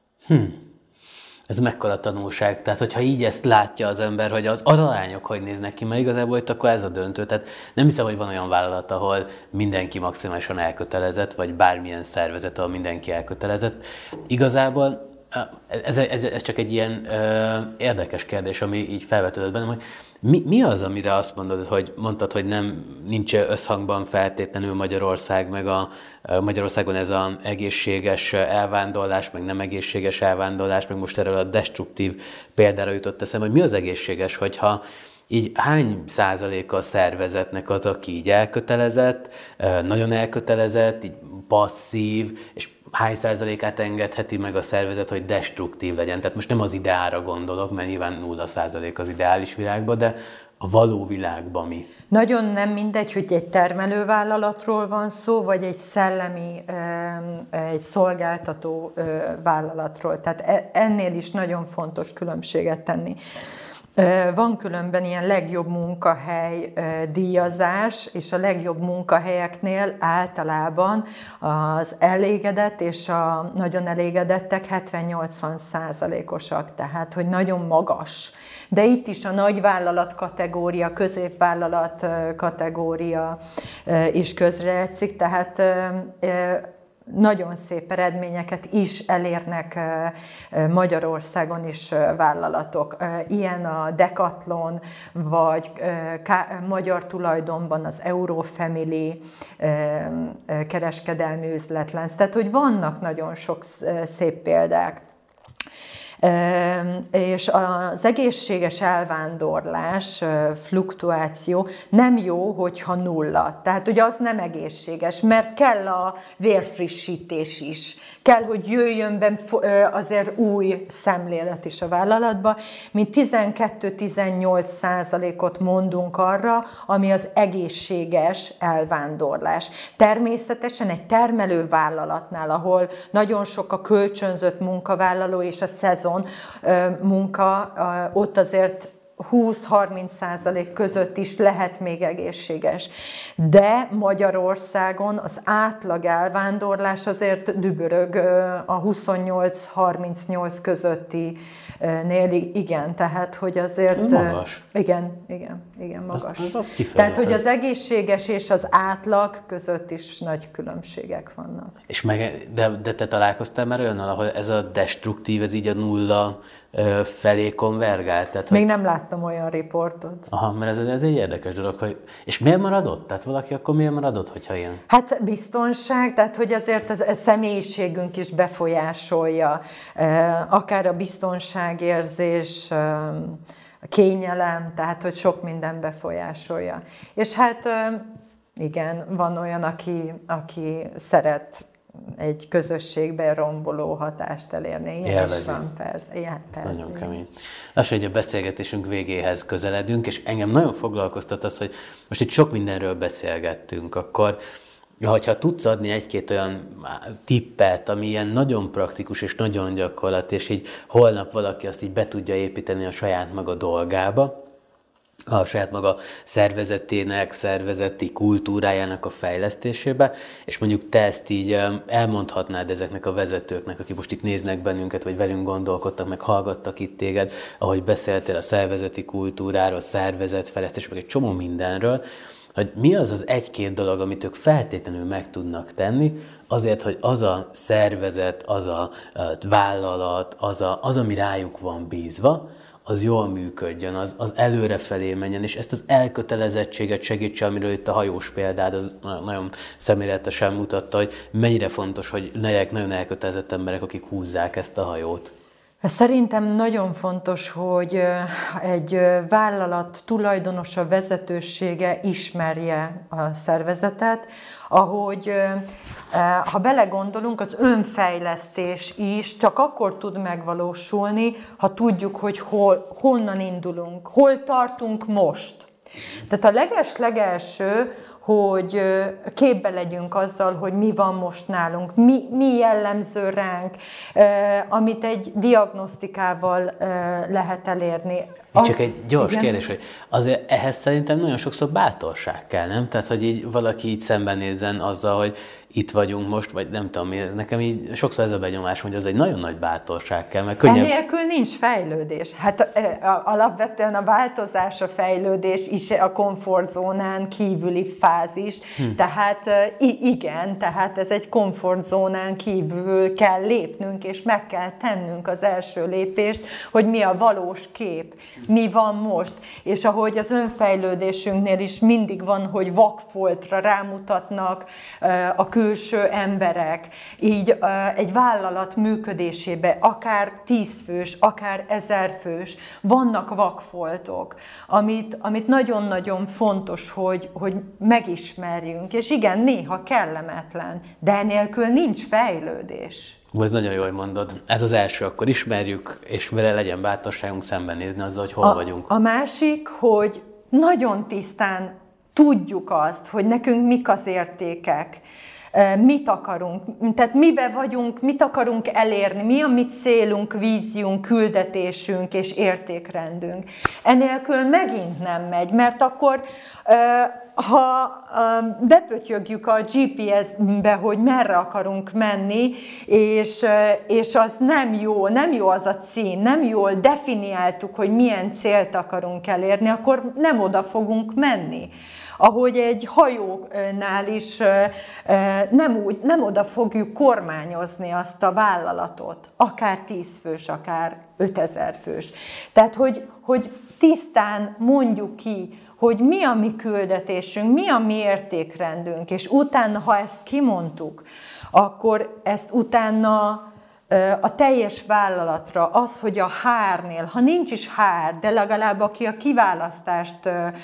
Ez mekkora tanulság. Tehát, hogyha így ezt látja az ember, hogy az arányok hogy néznek ki, mert igazából itt akkor ez a döntő. Tehát nem hiszem, hogy van olyan vállalat, ahol mindenki maximálisan elkötelezett, vagy bármilyen szervezet, ahol mindenki elkötelezett. Igazából ez csak egy ilyen érdekes kérdés, ami így felvetődött bennem, hogy mi az, amire azt mondtad, hogy nincs összhangban feltétlenül Magyarország, meg Magyarországon ez az egészséges elvándorlás, meg nem egészséges elvándorlás, meg most erről a destruktív példára jutott eszembe, hogy mi az egészséges, hogyha így hány százaléka a szervezetnek az, aki így elkötelezett, nagyon elkötelezett, így passzív, és hány százalékát engedheti meg a szervezet, hogy destruktív legyen. Tehát most nem az ideálra gondolok, mert nyilván 0% az ideális világban, de a való világban mi? Nagyon nem mindegy, hogy egy termelővállalatról van szó, vagy egy szellemi, egy szolgáltató vállalatról. Tehát ennél is nagyon fontos különbséget tenni. Van különben ilyen legjobb munkahely díjazás, és a legjobb munkahelyeknél általában az elégedett és a nagyon elégedettek 70-80%-osak, tehát hogy nagyon magas. De itt is a nagyvállalat kategória, középvállalat kategória is közrejátszik, tehát nagyon szép eredményeket is elérnek Magyarországon is vállalatok. Ilyen a Decathlon, vagy magyar tulajdonban az Eurofamily kereskedelmi üzletlánc. Tehát, hogy vannak nagyon sok szép példák. És az egészséges elvándorlás, fluktuáció nem jó, hogyha nulla. Tehát ugye az nem egészséges, mert kell a vérfrissítés is. Kell, hogy jöjjön be azért új szemlélet is a vállalatba. Mi 12-18%-ot mondunk arra, ami az egészséges elvándorlás. Természetesen egy termelővállalatnál, ahol nagyon sok a kölcsönzött munkavállaló és a szezon munka, ott azért 20-30% között is lehet még egészséges. De Magyarországon az átlag elvándorlás azért dübörög a 28-38 közötti igen, tehát hogy azért... Magas. Igen, magas. Az tehát, hogy az egészséges és az átlag között is nagy különbségek vannak. És de te találkoztál már olyannal, ahol ez a destruktív, ez így a nulla felé konvergált? Tehát, még nem láttam olyan riportot. Aha, mert ez egy érdekes dolog. És miért maradott? Tehát valaki akkor miért maradott, hogyha ilyen? Hát biztonság, tehát hogy azért a személyiségünk is befolyásolja, akár a biztonságérzés, a kényelem, tehát hogy sok minden befolyásolja. És hát igen, van olyan, aki szeret egy közösségben romboló hatást elérni. Ilyen is van, persze. Igen, persze. Nagyon kemény. Lassan, hogy a beszélgetésünk végéhez közeledünk, és engem nagyon foglalkoztat az, hogy most itt sok mindenről beszélgettünk, akkor ha tudsz adni egy-két olyan tippet, ami ilyen nagyon praktikus és nagyon gyakorlat, és így holnap valaki azt így be tudja építeni a saját maga dolgába, a saját maga szervezetének, szervezeti kultúrájának a fejlesztésébe, és mondjuk te ezt így elmondhatnád ezeknek a vezetőknek, akik most itt néznek bennünket, vagy velünk gondolkodtak, meg hallgattak itt téged, ahogy beszéltél a szervezeti kultúráról, szervezetfejlesztésről, meg egy csomó mindenről, hogy mi az az egy-két dolog, amit ők feltétlenül meg tudnak tenni, azért, hogy az a szervezet, az a vállalat, az ami rájuk van bízva, az jól működjön, az előrefelé menjen, és ezt az elkötelezettséget segítse, amiről itt a hajós példád, az nagyon szemléletesen mutatta, hogy mennyire fontos, hogy legyenek nagyon elkötelezett emberek, akik húzzák ezt a hajót. Szerintem nagyon fontos, hogy egy vállalat tulajdonosa, vezetősége ismerje a szervezetet, ahogy ha belegondolunk, az önfejlesztés is csak akkor tud megvalósulni, ha tudjuk, hogy honnan indulunk, hol tartunk most. Tehát a leges-legelső, hogy képbe legyünk azzal, hogy mi van most nálunk, mi jellemző ránk, amit egy diagnosztikával lehet elérni. Csak egy gyors kérdés, hogy azért ehhez szerintem nagyon sokszor bátorság kell, nem? Tehát, hogy így valaki így szembenézzen azzal, hogy itt vagyunk most, vagy nem tudom mi, ez nekem így sokszor ez a benyomás, hogy az egy nagyon nagy bátorság kell, mert könnyebb... Enélkül nincs fejlődés. Hát alapvetően a változás, a fejlődés is a komfortzónán kívüli fázis. Tehát igen, tehát ez egy komfortzónán kívül kell lépnünk, és meg kell tennünk az első lépést, hogy mi a valós kép, mi van most. És ahogy az önfejlődésünknél is mindig van, hogy vakfoltra rámutatnak a külső emberek, így egy vállalat működésébe, akár 10 fős, akár 1000 fős, vannak vakfoltok, amit nagyon-nagyon fontos, hogy megismerjünk. És igen, néha kellemetlen, de enélkül nincs fejlődés. Ez nagyon jól mondod. Ez az első, akkor ismerjük, és vele legyen bátorságunk szembenézni azzal, hogy hol vagyunk. A másik, hogy nagyon tisztán tudjuk azt, hogy nekünk mik az értékek, mit akarunk, tehát mibe vagyunk, mit akarunk elérni, mi a mi célunk, víziunk, küldetésünk és értékrendünk. Enélkül megint nem megy, mert akkor ha bepötyögjük a GPS-be, hogy merre akarunk menni, és az nem jó az a cím, nem jól definiáltuk, hogy milyen célt akarunk elérni, akkor nem oda fogunk menni. Ahogy egy hajónál is nem oda fogjuk kormányozni azt a vállalatot, akár 10 fős, akár 5000 fős. Tehát, hogy tisztán mondjuk ki, hogy mi a mi küldetésünk, mi a mi értékrendünk, és utána, ha ezt kimondtuk, akkor ezt utána a teljes vállalatra, az, hogy a HR-nél, ha nincs is HR, de legalább aki a kiválasztást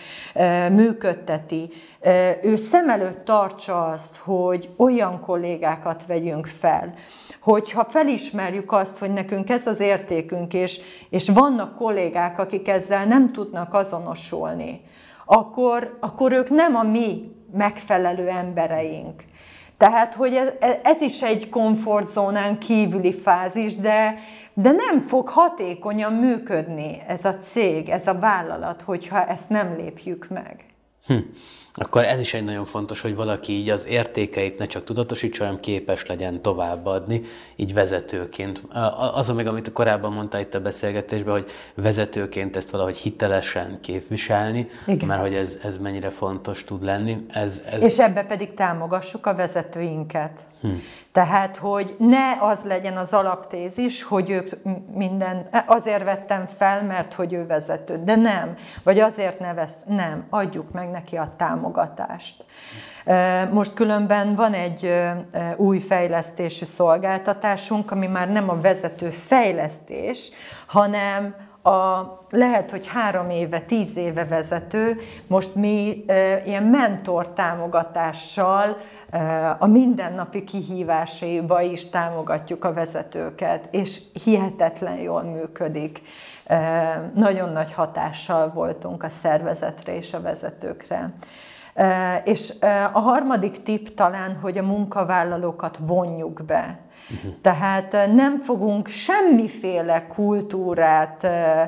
működteti, ő szem előtt tartsa azt, hogy olyan kollégákat vegyünk fel, hogyha felismerjük azt, hogy nekünk ez az értékünk, és vannak kollégák, akik ezzel nem tudnak azonosulni, akkor ők nem a mi megfelelő embereink. Tehát, hogy ez is egy komfortzónán kívüli fázis, de nem fog hatékonyan működni ez a cég, ez a vállalat, hogyha ezt nem lépjük meg. Akkor ez is egy nagyon fontos, hogy valaki így az értékeit ne csak tudatosítsa, hanem képes legyen továbbadni, így vezetőként. Az meg, amit korábban mondtál itt a beszélgetésben, hogy vezetőként ezt valahogy hitelesen képviselni, igen. Mert hogy ez mennyire fontos tud lenni. És ebbe pedig támogassuk a vezetőinket. Tehát, hogy ne az legyen az alaptézis, hogy ők azért vettem fel, mert hogy ő vezető, de nem. Vagy azért nem, adjuk meg neki a támogatást. Most különben van egy új fejlesztésű szolgáltatásunk, ami már nem a vezető fejlesztés, hanem lehet, hogy 3 éve, 10 éve vezető, most mi ilyen mentor támogatással a mindennapi kihívásaiba is támogatjuk a vezetőket, és hihetetlen jól működik. Nagyon nagy hatással voltunk a szervezetre és a vezetőkre. És a harmadik tipp talán, hogy a munkavállalókat vonjuk be. Tehát nem fogunk semmiféle kultúrát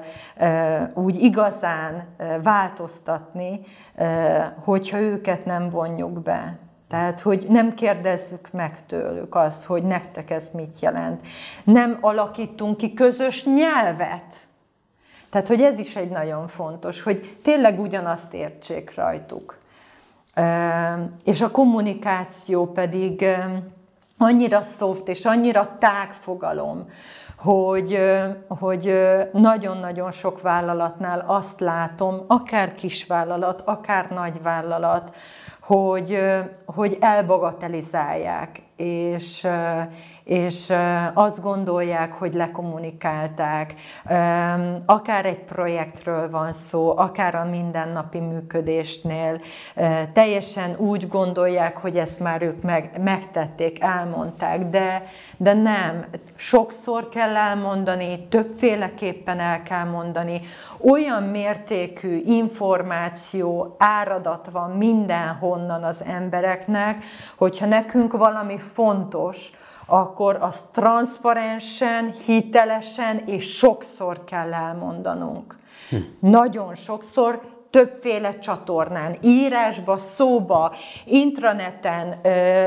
úgy igazán változtatni, hogyha őket nem vonjuk be. Tehát, hogy nem kérdezzük meg tőlük azt, hogy nektek ez mit jelent. Nem alakítunk ki közös nyelvet. Tehát, hogy ez is egy nagyon fontos, hogy tényleg ugyanazt értsék rajtuk. És a kommunikáció pedig annyira soft és annyira tág fogalom, hogy nagyon-nagyon sok vállalatnál azt látom, akár kisvállalat, akár nagyvállalat, hogy elbagatelizálják, és azt gondolják, hogy lekommunikálták. Akár egy projektről van szó, akár a mindennapi működésnél. Teljesen úgy gondolják, hogy ezt már ők megtették, elmondták, de nem. Sokszor kell elmondani, többféleképpen el kell mondani. Olyan mértékű információ, áradat van mindenhonnan az embereknek, hogyha nekünk valami fontos, akkor azt transzparensen, hitelesen és sokszor kell elmondanunk. Nagyon sokszor, többféle csatornán, írásba, szóba, intraneten,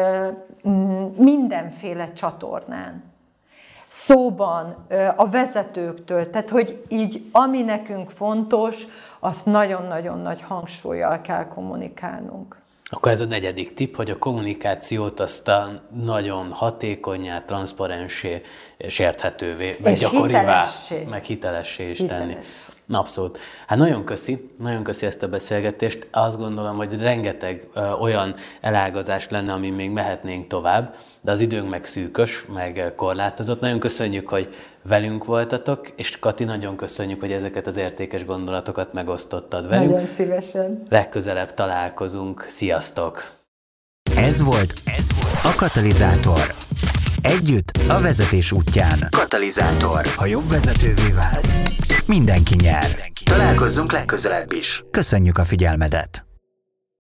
mindenféle csatornán. Szóban, a vezetőktől, tehát hogy így ami nekünk fontos, azt nagyon-nagyon nagy hangsúllyal kell kommunikálnunk. Akkor ez a 4. tipp, hogy a kommunikációt aztán nagyon hatékonnyá, transzparensé és érthetővé, meg gyakorivá, meg hitelessé is tenni. Abszolút. Hát nagyon köszi ezt a beszélgetést. Azt gondolom, hogy rengeteg olyan elágazás lenne, amin még mehetnénk tovább, de az időnk meg szűkös, meg korlátozott. Nagyon köszönjük, hogy velünk voltatok, és Kati, nagyon köszönjük, hogy ezeket az értékes gondolatokat megosztottad velünk. Nagyon szívesen. Legközelebb találkozunk. Sziasztok! Ez volt a Katalizátor. Együtt a vezetés útján. Katalizátor. Ha jobb vezetővé válsz, mindenki nyer. Találkozzunk legközelebb is. Köszönjük a figyelmedet!